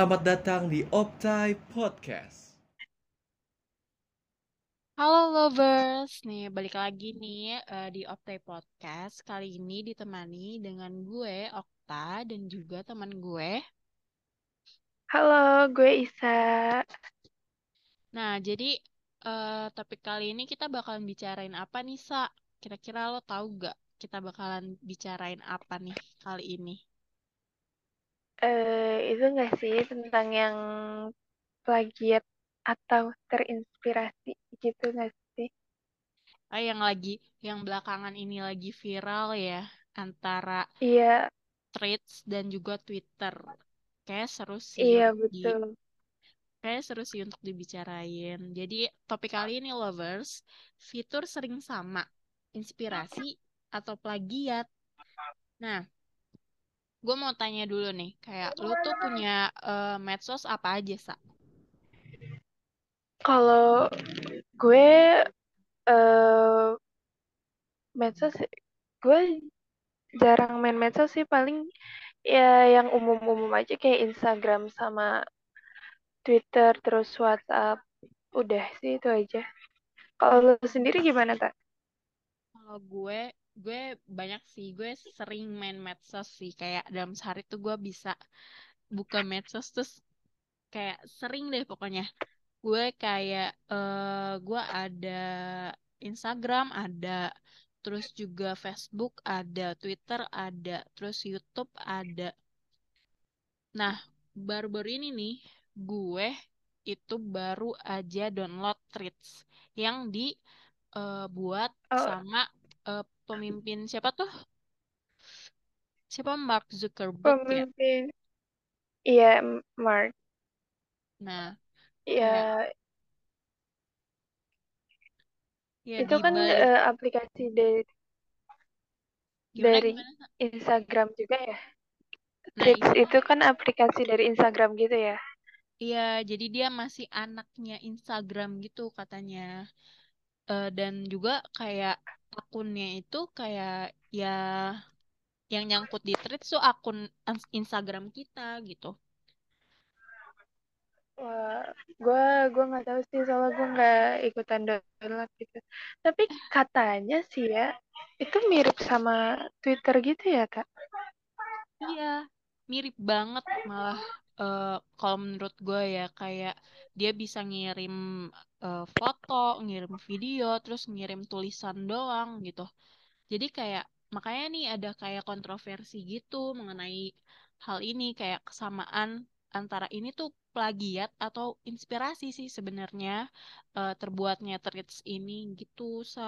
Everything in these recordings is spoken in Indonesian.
Selamat datang di Optai Podcast. Halo lovers, nih balik lagi nih di Optai Podcast. Kali ini ditemani dengan gue, Okta, dan juga teman gue. Halo, gue Isa. Nah, jadi topik kali ini kita bakalan bicarain apa nih, Sa? Kira-kira lo tahu gak kita bakalan bicarain apa nih kali ini? Itu nggak sih tentang yang plagiat atau terinspirasi gitu nggak sih? Yang belakangan ini lagi viral ya, antara Iya, Threads dan juga Twitter. Kayak seru sih iya untuk betul. Kayaknya seru sih untuk dibicarain. Jadi topik kali ini lovers, fitur sering sama, inspirasi atau plagiat. Nah, gue mau tanya dulu nih, kayak lu tuh punya medsos apa aja, Sa? Kalau gue eh medsos, gue jarang main medsos sih. Paling ya yang umum-umum aja kayak Instagram sama Twitter, terus WhatsApp. Udah sih itu aja. Kalau lu sendiri gimana, Tak? Kalau gue banyak sih, gue sering main medsos sih. Kayak dalam sehari tuh gue bisa buka medsos terus kayak sering deh pokoknya. Gue ada Instagram ada, terus juga Facebook ada, Twitter ada, terus YouTube ada. Nah, baru-baru ini nih gue itu baru aja download Threads yang dibuat Oh, sama pemimpin siapa tuh? Siapa Mark Zuckerberg ya? pemimpin. Iya, Mark. Nah, kayak Ya, ya itu di kan balik aplikasi dari gimana dari gimana? Instagram juga ya. Nah, Threads itu kan aplikasi dari Instagram gitu ya. iya, jadi dia masih anaknya Instagram gitu katanya. Dan juga kayak akunnya itu kayak ya yang nyangkut di Threads tuh akun Instagram kita gitu. Wah, gue nggak tahu sih soalnya gue nggak ikutan download gitu. Tapi katanya sih ya itu mirip sama Twitter gitu ya, Kak. Iya, mirip banget malah kalau menurut gue ya kayak dia bisa ngirim foto, ngirim video, terus ngirim tulisan doang gitu. Jadi kayak makanya nih ada kayak kontroversi gitu mengenai hal ini kayak kesamaan antara ini tuh plagiat atau inspirasi sih sebenarnya terbuatnya Threads ini gitu sa.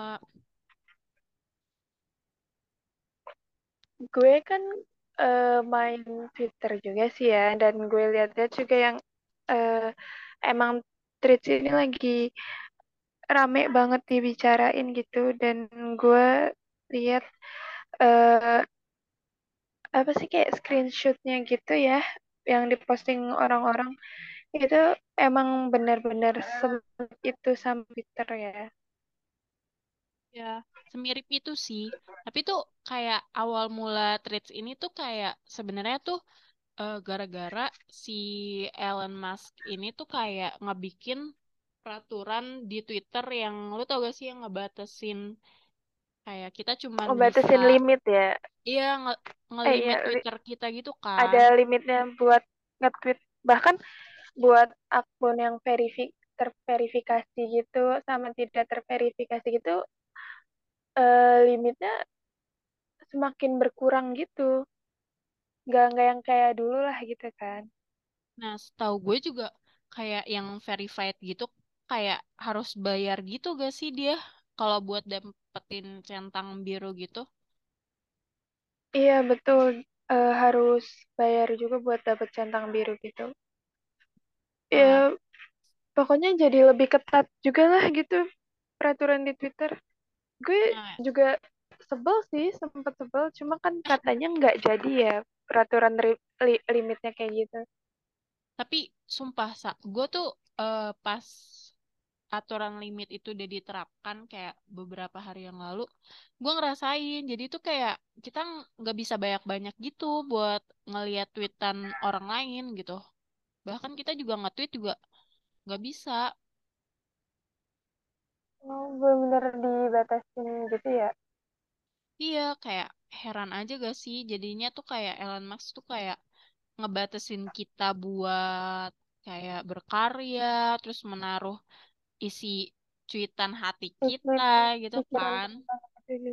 Gue kan main Twitter juga sih ya, dan gue lihat-lihat juga yang eh, emang Threads ini lagi rame banget dibicarain gitu, dan gue lihat eh, apa sih kayak screenshotnya gitu ya yang diposting orang-orang itu emang benar-benar itu sama Twitter ya. Ya, semirip itu sih. Tapi tuh kayak awal mula Threads ini tuh kayak sebenarnya tuh gara-gara si Elon Musk ini tuh kayak ngebikin peraturan di Twitter yang lu tau gak sih yang ngebatasin kayak kita cuman bisa Ngebatasin limit ya. iya Iya, ngelimit Twitter kita gitu kan. ada limitnya buat nge-tweet, bahkan buat akun yang terverifikasi gitu sama tidak terverifikasi gitu, limitnya semakin berkurang gitu, nggak yang kayak dulu lah gitu kan. Nah, setahu gue juga kayak yang verified gitu kayak harus bayar gitu gak sih dia kalau buat dapetin centang biru gitu. Iya betul. Harus bayar juga buat dapet centang biru gitu Nah, ya. Pokoknya jadi lebih ketat juga lah gitu peraturan di Twitter. Gue nah, juga sebel sih, sempet sebel. Cuma kan katanya nggak jadi ya peraturan limitnya kayak gitu. tapi sumpah gue tuh pas aturan limit itu udah diterapkan kayak beberapa hari yang lalu, gue ngerasain. Jadi tuh kayak kita nggak bisa banyak-banyak gitu buat ngeliat tweetan orang lain gitu. Bahkan kita juga nge-tweet juga nggak bisa. Oh, bener-bener dibatasin gitu ya. Iya, kayak heran aja gak sih? Jadinya tuh kayak Elon Musk tuh kayak ngebatasin kita buat kayak berkarya, terus menaruh isi cuitan hati kita Sesuai gitu pikiran kan. kita gitu.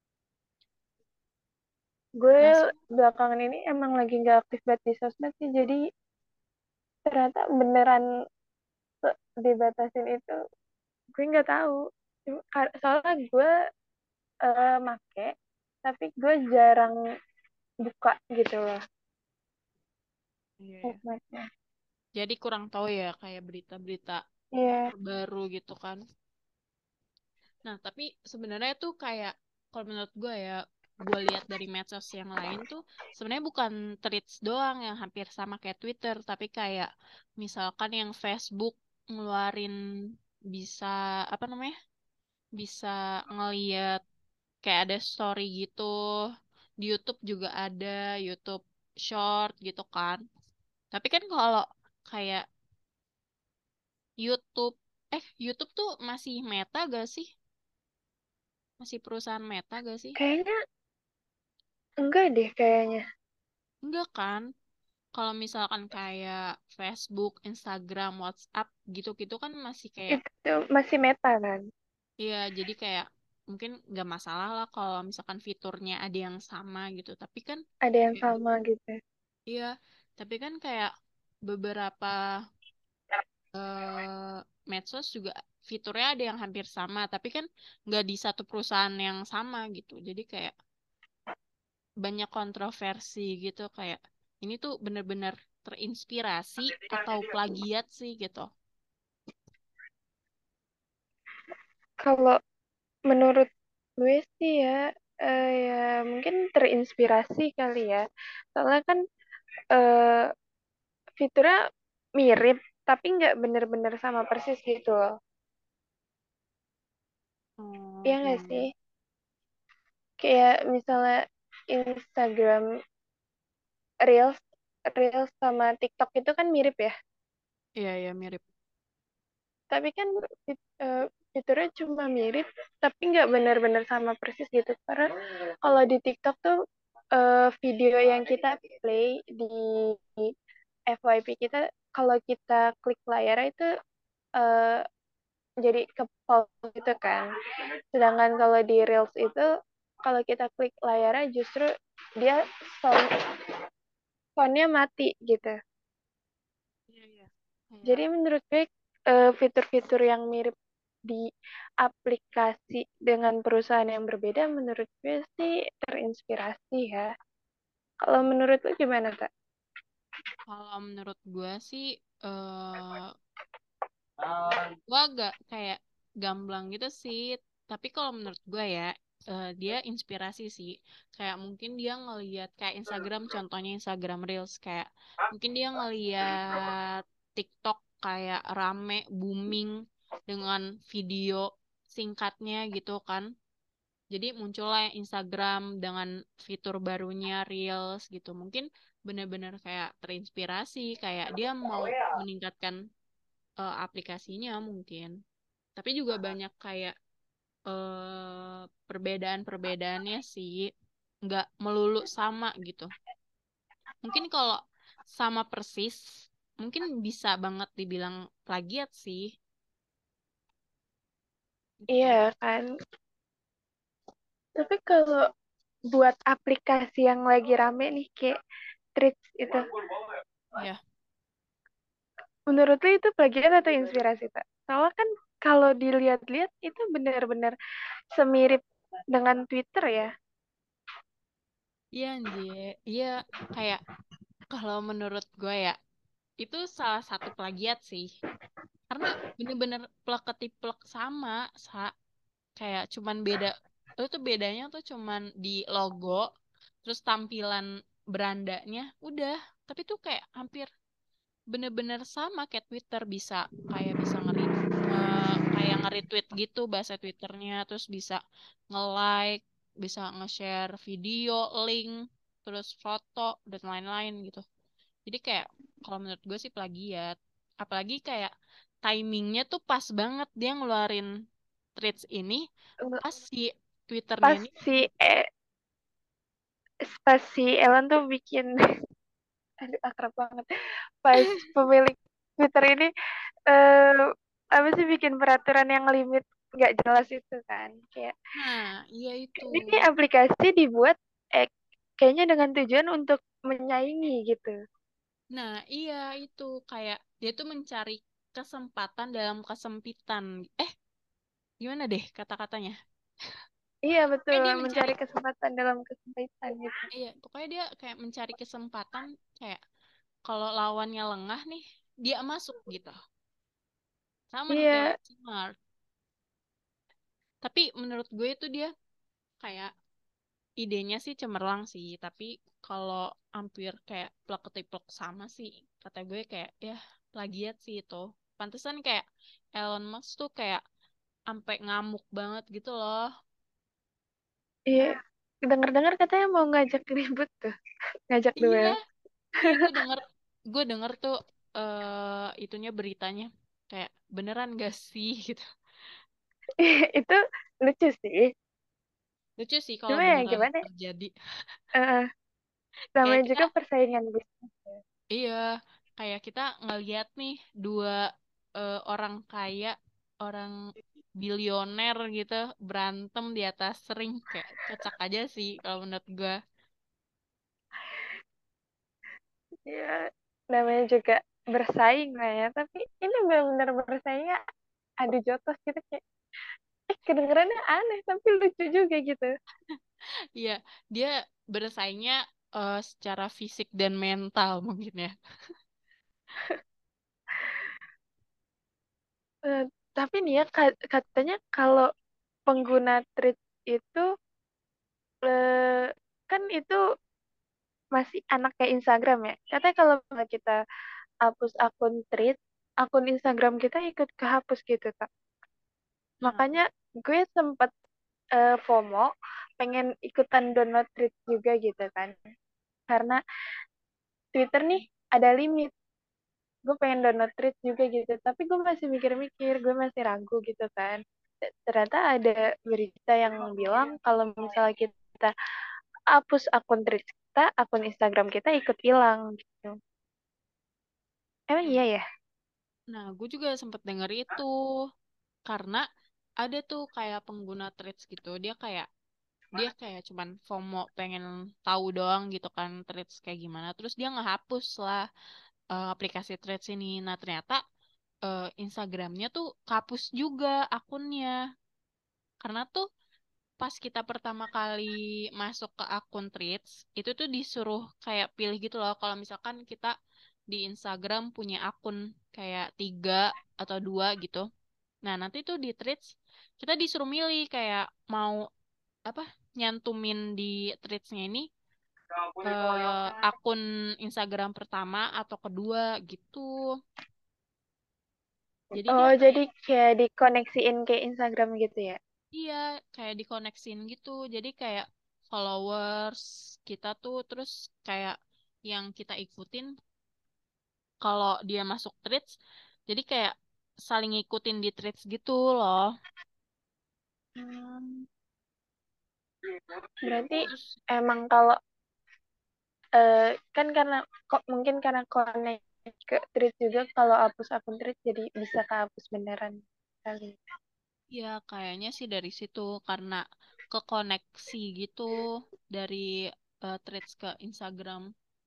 Gue Nah, belakangan ini emang lagi nggak aktif banget di sosmed sih, jadi ternyata beneran dibatasin itu gue nggak tahu. Soalnya gue make, tapi gue jarang buka gitu loh iya ya. sosmednya. Jadi kurang tahu ya kayak berita-berita Iya, terbaru gitu kan. Nah, tapi sebenarnya tuh kayak kalau menurut gue ya, gue lihat dari medsos yang lain tuh sebenarnya bukan Threads doang yang hampir sama kayak Twitter, tapi kayak misalkan yang Facebook ngeluarin bisa apa namanya? Bisa ngeliat kayak ada story gitu. Di YouTube juga ada YouTube Short gitu kan. Tapi kan kalau kayak YouTube YouTube tuh masih Meta gak sih? Masih perusahaan Meta gak sih? kayaknya enggak deh kayaknya. Enggak kan? Kalau misalkan kayak Facebook, Instagram, WhatsApp gitu-gitu kan masih kayak, Itu masih meta kan? ya jadi kayak mungkin nggak masalah lah kalau misalkan fiturnya ada yang sama gitu. Tapi kan, Ada yang kayak sama gitu. iya, tapi kan kayak beberapa eh, medsos juga fiturnya ada yang hampir sama, tapi kan nggak di satu perusahaan yang sama gitu. Jadi kayak banyak kontroversi gitu kayak ini tuh bener-bener terinspirasi atau plagiat sih gitu. Kalau menurut gue sih ya, ya mungkin terinspirasi kali ya. Soalnya kan eh, fiturnya mirip, tapi nggak bener-bener sama persis gitu loh. Iya Oh nggak iya, sih? Kayak misalnya Instagram Reels, Reels sama TikTok itu kan mirip ya. iya iya mirip. Tapi kan fiturnya cuma mirip, tapi nggak benar-benar sama persis gitu. Karena kalau di TikTok tuh video yang kita play di FYP kita, kalau kita klik layar itu eh, jadi ke pause gitu kan. Sedangkan kalau di Reels itu, kalau kita klik layarnya justru dia sound, soundnya mati gitu. Iya iya. Kayak Jadi menurut gue fitur-fitur yang mirip di aplikasi dengan perusahaan yang berbeda menurut gue sih terinspirasi ya. Kalau menurut lu gimana, Kak? kalau menurut gue sih eh gue agak kayak gamblang gitu sih. Tapi kalau menurut gue ya dia inspirasi sih. Kayak mungkin dia ngeliat kayak Instagram, contohnya Instagram Reels kayak mungkin dia ngeliat TikTok kayak rame booming dengan video singkatnya gitu kan. Jadi muncullah Instagram dengan fitur barunya Reels gitu. Mungkin benar-benar kayak terinspirasi, kayak dia mau meningkatkan aplikasinya mungkin. Tapi juga banyak kayak perbedaan-perbedaannya sih. Nggak melulu sama gitu. Mungkin kalau sama persis, mungkin bisa banget dibilang plagiat sih. Gitu. Iya kan. Tapi kalau buat aplikasi yang lagi rame nih kayak Threads itu, Ya. menurut lu itu plagiat atau inspirasi, Kak? Soalnya kan kalau dilihat-lihat itu benar-benar semirip dengan Twitter ya. Iya, anjir. Iya, kayak kalau menurut gue ya, itu salah satu plagiat sih. Karena bener-bener plek ketiplek sama, kayak cuman beda. Itu tuh bedanya tuh cuman di logo, terus tampilan berandanya, udah. Tapi tuh kayak hampir bener-bener sama kayak Twitter bisa kayak bisa kayak nge-retweet gitu bahasa Twitternya, terus bisa nge-like, bisa nge-share video, link, terus foto dan lain-lain gitu. Jadi kayak kalau menurut gue sih plagiat. Apalagi kayak timingnya tuh pas banget dia ngeluarin tweets ini pas si Twitternya Pas ini. si pas si Ellen tuh bikin aduh akrab banget. Pas pemilik Twitter ini eh apa sih bikin peraturan yang limit nggak jelas itu kan. Kayak Nah, iya itu. ini aplikasi dibuat eh, kayaknya dengan tujuan untuk menyaingi gitu. Nah, iya itu kayak dia tuh mencari kesempatan dalam kesempitan. Eh, gimana deh kata-katanya? Iya Kayak betul, dia mencari, mencari kesempatan dalam kesempitan gitu. iya, pokoknya dia kayak mencari kesempatan kayak kalau lawannya lengah nih, dia masuk gitu. Sama nih kayak Iya, Smart. Tapi menurut gue itu dia kayak idenya sih cemerlang sih, tapi kalau hampir kayak plek ketiplek sama sih, kata gue kayak ya plagiat sih itu. Pantesan kayak Elon Musk tuh kayak sampai ngamuk banget gitu loh. iya. Dengar-dengar katanya mau ngajak ribut tuh, ngajak Iya, duel. iya gue denger tuh itunya beritanya kayak beneran gak sih gitu. Itu lucu sih. Lucu sih kalau Cuma ya beneran gimana? terjadi. eh Kayak namanya kita, juga persaingan bisnis. iya, kayak kita ngeliat nih dua orang kaya, orang bilioner gitu berantem di atas ring kayak kocak aja sih kalau menurut gue. Ya, namanya juga bersaing lah ya. Tapi ini benar-benar bersaingnya adu jotos gitu kayak kedengerannya aneh tapi lucu juga gitu. Iya, dia bersaingnya secara fisik dan mental mungkin ya. Eh, tapi nih ya katanya kalau pengguna Threads itu eh, kan itu masih anak kayak Instagram ya. Katanya kalau misalnya kita hapus akun Threads, akun Instagram kita ikut kehapus gitu, Kak. Nah, Makanya gue sempet FOMO, pengen ikutan download Threads juga gitu kan. Karena Twitter nih ada limit. Gue pengen download Threads juga gitu. Tapi gue masih mikir-mikir, gue masih ragu gitu kan. Ternyata ada berita yang bilang kalau misalnya kita hapus akun Threads kita, akun Instagram kita ikut hilang gitu. Emang nah, iya ya? nah, gue juga sempet denger itu karena ada tuh kayak pengguna Threads gitu, dia kayak cuman FOMO pengen tahu doang gitu kan Threads kayak gimana, terus dia ngehapus lah aplikasi Threads ini. Nah ternyata Instagramnya tuh kapus juga akunnya karena tuh pas kita pertama kali masuk ke akun Threads itu tuh disuruh kayak pilih gitu loh kalau misalkan kita di Instagram punya akun kayak tiga atau dua gitu. Nah nanti tuh di Threads kita disuruh milih kayak mau apa nyantumin di threads-nya ini akun Instagram pertama atau kedua gitu. Jadi dia Oh, kayak jadi kayak dikoneksiin ke Instagram gitu ya? iya kayak dikoneksin gitu. Jadi kayak followers kita tuh terus kayak yang kita ikutin kalau dia masuk threads. Jadi kayak saling ngikutin di threads gitu loh. Hmm, berarti Terus emang kalau kan karena kok mungkin karena connect ke Threads juga kalau hapus akun Threads jadi bisa kehapus beneran kali. ya kayaknya sih dari situ karena kekoneksi gitu dari threads ke Instagram.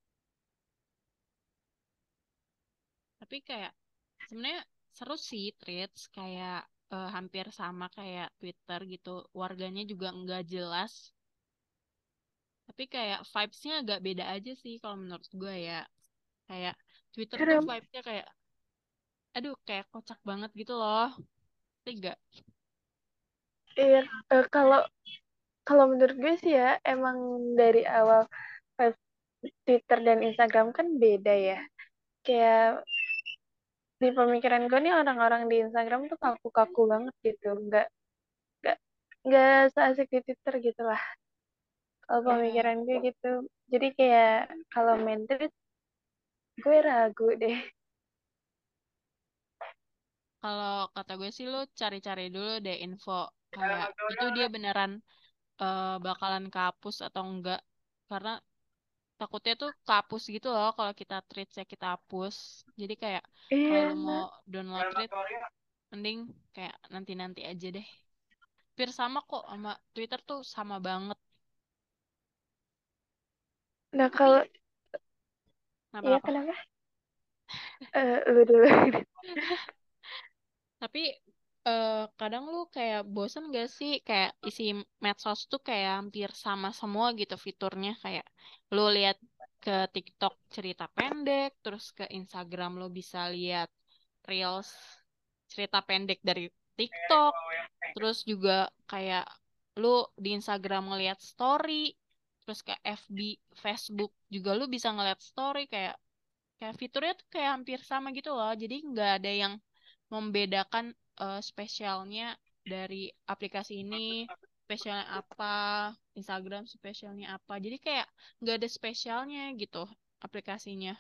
Tapi kayak sebenarnya seru sih Threads kayak hampir sama kayak Twitter gitu. Warganya juga nggak jelas. Tapi kayak vibes-nya agak beda aja sih kalau menurut gue ya. Kayak Twitter tuh Serem. vibes-nya kayak aduh kayak kocak banget gitu loh. Tiga. Iya, kalau kalau menurut gue sih ya emang dari awal pas Twitter dan Instagram kan beda ya. Kayak di pemikiran gue nih orang-orang di Instagram tuh kaku-kaku banget gitu. Nggak nggak seasik di Twitter gitu lah. Kalau Ya, pemikiran gue gitu. Jadi kayak kalau main Threads gue ragu deh. Kalau kata gue sih lu cari-cari dulu deh info kayak itu dia beneran bakalan kehapus atau enggak. Karena takutnya tuh kehapus gitu loh kalau kita tweet ya kita hapus. Jadi kayak kalau Iya. lu mau download tweet mending kayak nanti-nanti aja deh. Hampir sama kok sama Twitter tuh sama banget. Nah Tapi kalau iya apa-apa. kenapa? Lu dulu. Tapi kadang lu kayak bosen gak sih kayak isi medsos tuh kayak hampir sama semua gitu fiturnya kayak lu lihat ke TikTok cerita pendek, terus ke Instagram lu bisa lihat Reels cerita pendek dari TikTok, terus juga kayak lu di Instagram ngeliat story, terus ke FB, Facebook juga lu bisa ngeliat story kayak kayak fiturnya tuh kayak hampir sama gitu loh. Jadi nggak ada yang membedakan spesialnya dari aplikasi ini, spesialnya apa, Instagram spesialnya apa. Jadi kayak nggak ada spesialnya gitu aplikasinya.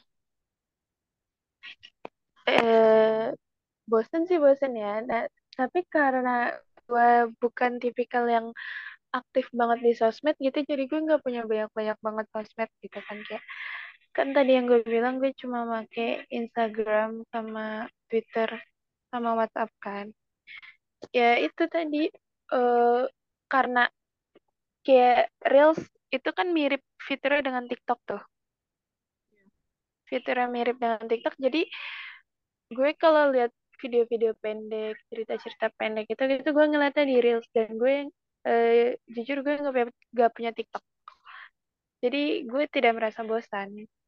eh Bosen sih bosen ya. Nah, tapi karena gue bukan tipikal yang aktif banget di sosmed gitu, jadi gue nggak punya banyak-banyak banget sosmed gitu kan. Kayak kan tadi yang gue bilang gue cuma pakai Instagram sama Twitter sama WhatsApp kan. Ya itu tadi eh karena kayak Reels itu kan mirip fiturnya dengan TikTok tuh. Fiturnya mirip dengan TikTok, jadi gue kalau lihat video-video pendek, cerita-cerita pendek itu gitu gue ngeliatnya di Reels dan gue jujur gue nggak punya TikTok. Jadi gue tidak merasa bosan.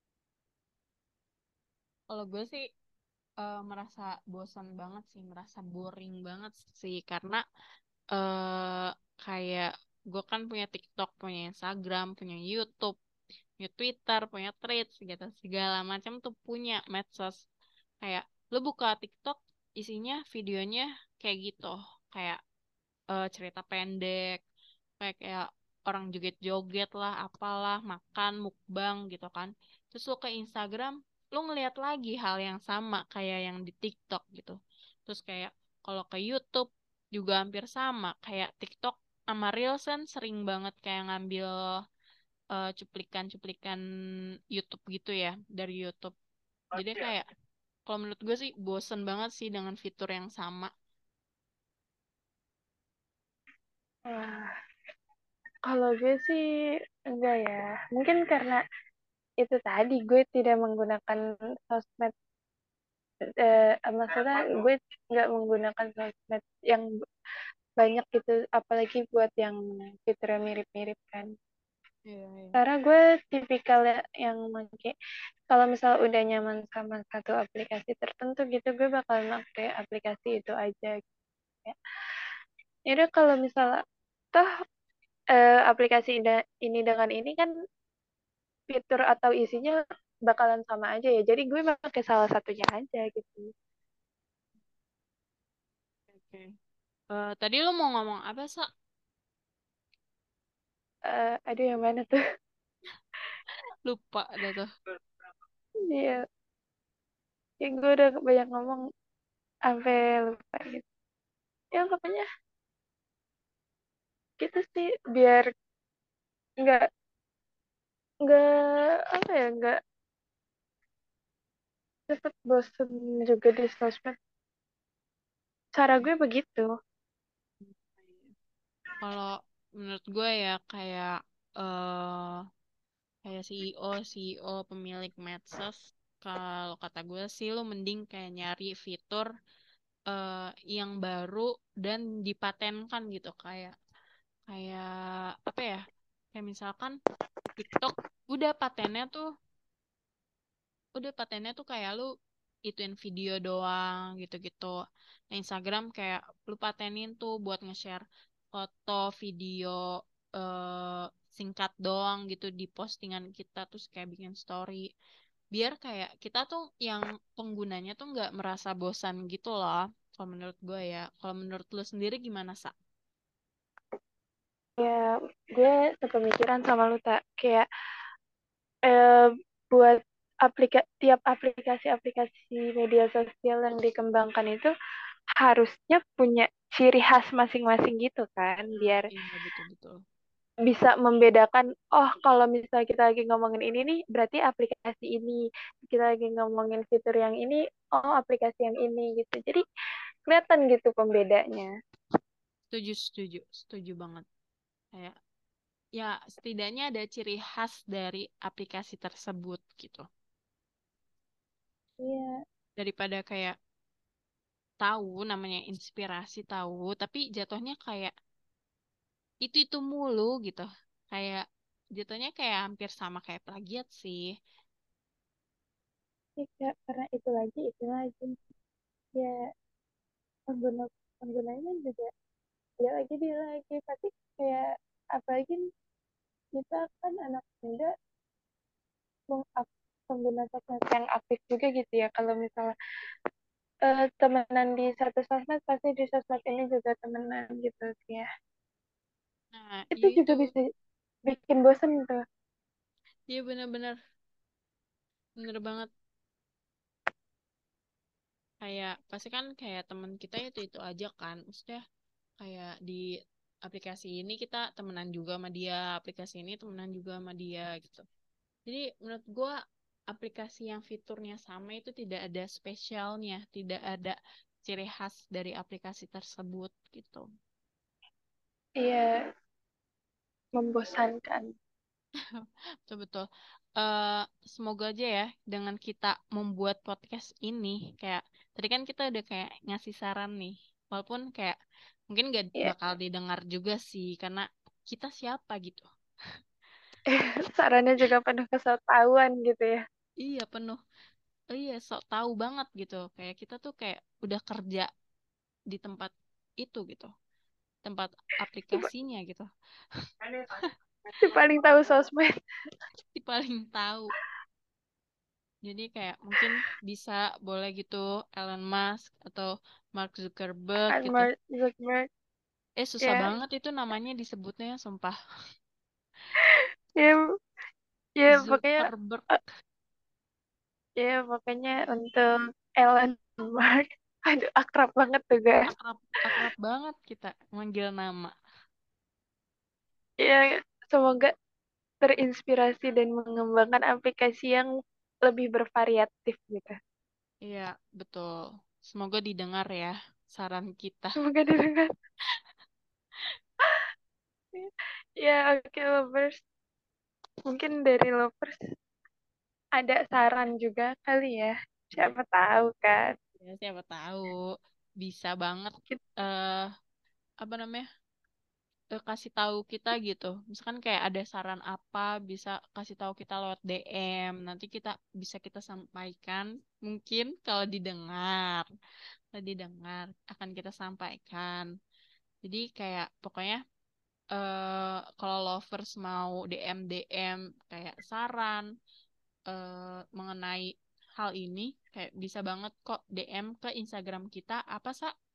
Kalau gue sih merasa bosan banget sih, merasa boring banget sih karena eh kayak gue kan punya TikTok, punya Instagram, punya YouTube, punya Twitter, punya Threads gitu, segala macam tuh punya medsos. Kayak lu buka TikTok, isinya videonya kayak gitu, kayak cerita pendek, kayak orang joget-joget lah, apalah, makan, mukbang gitu kan. Terus lu ke Instagram, lu ngeliat lagi hal yang sama kayak yang di TikTok gitu. Terus kayak kalau ke YouTube juga hampir sama, kayak TikTok sama Reels kan sering banget kayak ngambil cuplikan-cuplikan YouTube gitu ya, dari YouTube. Jadi kayak kalau menurut gue sih bosen banget sih dengan fitur yang sama. Wah, kalau gue sih enggak ya. Mungkin karena itu tadi gue tidak menggunakan sosmed. Maksudnya gue nggak menggunakan sosmed yang banyak gitu, apalagi buat yang fiturnya mirip-mirip kan. Iya, iya. Karena gue tipikal yang pakai kalau misal udah nyaman sama satu aplikasi tertentu gitu, gue bakal pakai aplikasi itu aja gitu. Ya udah kalau misal toh aplikasi ini dengan ini kan fitur atau isinya bakalan sama aja ya. Jadi gue pakai salah satunya aja gitu. Oke. Tadi lu mau ngomong apa, Sa? Aduh yang mana tuh? Lupa dah tuh. Iya, ya gue udah banyak ngomong sampai lupa gitu. Ya pokoknya gitu sih biar nggak nggak apa ya nggak cepet bosen juga di sosmed. Cara gue begitu. Kalau menurut gue ya kayak eh kayak CEO pemilik medsos, kalau kata gue sih lu mending kayak nyari fitur yang baru dan dipatenkan gitu kayak kayak apa ya? Kayak misalkan TikTok udah patennya tuh kayak lu ituin video doang gitu-gitu. Nah, Instagram kayak lu patenin tuh buat nge-share foto, video eh, singkat doang gitu di postingan kita terus kayak bikin story. Biar kayak kita tuh yang penggunanya tuh nggak merasa bosan gitu loh. Kalau menurut gue ya. Kalau menurut lu sendiri gimana, Sa? Ya gue sepemikiran sama lu tak kayak eh, buat tiap aplikasi-aplikasi media sosial yang dikembangkan itu harusnya punya ciri khas masing-masing gitu kan, biar Iya, betul-betul. bisa membedakan, oh kalau misalnya kita lagi ngomongin ini nih, berarti aplikasi ini. Kita lagi ngomongin fitur yang ini, oh aplikasi yang ini gitu. Jadi kelihatan gitu pembedanya. Setuju, setuju, setuju banget. Kayak, ya setidaknya ada ciri khas dari aplikasi tersebut gitu. Iya, Daripada kayak tahu namanya inspirasi tahu, tapi jatuhnya kayak itu mulu gitu. Kayak jatuhnya kayak hampir sama kayak plagiat sih. iya, karena itu lagi. Ya, pengguna penggunanya juga dia lagi. Tapi kayak apalagi kita kan anak muda, pengguna sosmed yang aktif juga gitu ya. Kalau misalnya temenan di satu sosmed, pasti di sosmed ini juga temenan gitu ya. Nah, Itu ya juga itu. bisa bikin bosen tuh. Iya benar-benar. Bener banget. Kayak pasti kan kayak teman kita itu aja kan. Maksudnya kayak di aplikasi ini kita temenan juga sama dia, aplikasi ini temenan juga sama dia gitu. Jadi menurut gua aplikasi yang fiturnya sama itu tidak ada spesialnya, tidak ada ciri khas dari aplikasi tersebut gitu. Iya, membosankan. Betul-betul. Semoga aja ya dengan kita membuat podcast ini kayak tadi kan kita udah kayak ngasih saran nih. Walaupun kayak mungkin gak Iya, bakal didengar juga sih karena kita siapa gitu. sarannya juga penuh kesotawan gitu ya. Iya penuh. Oh iya sok tahu banget gitu. Kayak kita tuh kayak udah kerja di tempat itu gitu. Tempat aplikasinya gitu. Si paling tahu sosmed. Si paling tahu. Jadi kayak mungkin bisa boleh gitu Elon Musk atau Mark Zuckerberg Kan gitu. Mark Zuckerberg. Susah Ya, banget itu namanya disebutnya sumpah. ya, ya pokoknya Zuckerberg eh, ya pokoknya untuk Elon Musk, aduh akrab banget tuh guys. akrab akrab banget kita manggil nama. Ya, semoga terinspirasi dan mengembangkan aplikasi yang lebih bervariatif gitu. Iya, betul. Semoga didengar ya saran kita. Semoga didengar. Ya, oke lovers. Mungkin dari lovers ada saran juga kali ya. Siapa tahu kan. Ya, siapa tahu bisa banget eh apa namanya? Kasih tahu kita gitu. Misalkan kayak ada saran apa, bisa kasih tahu kita lewat DM. Nanti kita sampaikan. Mungkin kalau didengar akan kita sampaikan. Jadi kayak pokoknya kalau lovers mau DM kayak saran mengenai hal ini, kayak bisa banget kok DM ke Instagram kita apa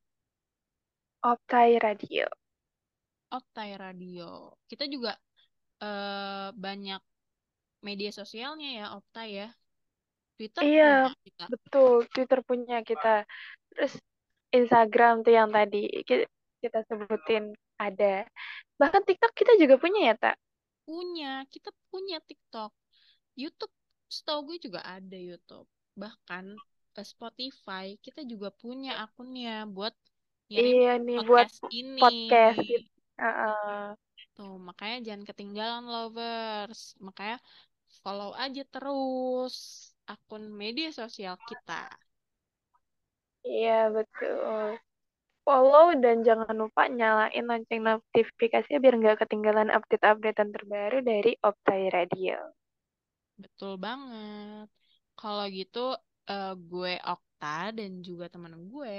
Optai Radio. Optai Radio. Kita juga banyak media sosialnya ya, Opta ya. Twitter Iya, punya kita. betul. Twitter punya kita. Terus Instagram tuh yang tadi kita sebutin ada. Bahkan TikTok kita juga punya ya, Tak? Kita punya TikTok. YouTube, setahu gue juga ada YouTube. Bahkan Spotify, kita juga punya akunnya buat ngirim Iya nih buat podcast ini. podcast gitu. Heeh. Tuh, makanya jangan ketinggalan lovers. Makanya follow aja terus akun media sosial kita. Iya, betul. Follow dan jangan lupa nyalain lonceng notifikasinya biar nggak ketinggalan update-updatean terbaru dari Optai Radio. Betul banget. Kalau gitu, gue Okta dan juga teman gue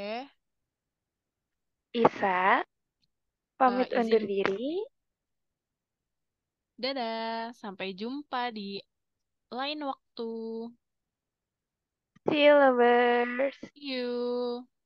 Isa, pamit undur izin. diri. Dadah, sampai jumpa di lain waktu. See you, lovers. See you.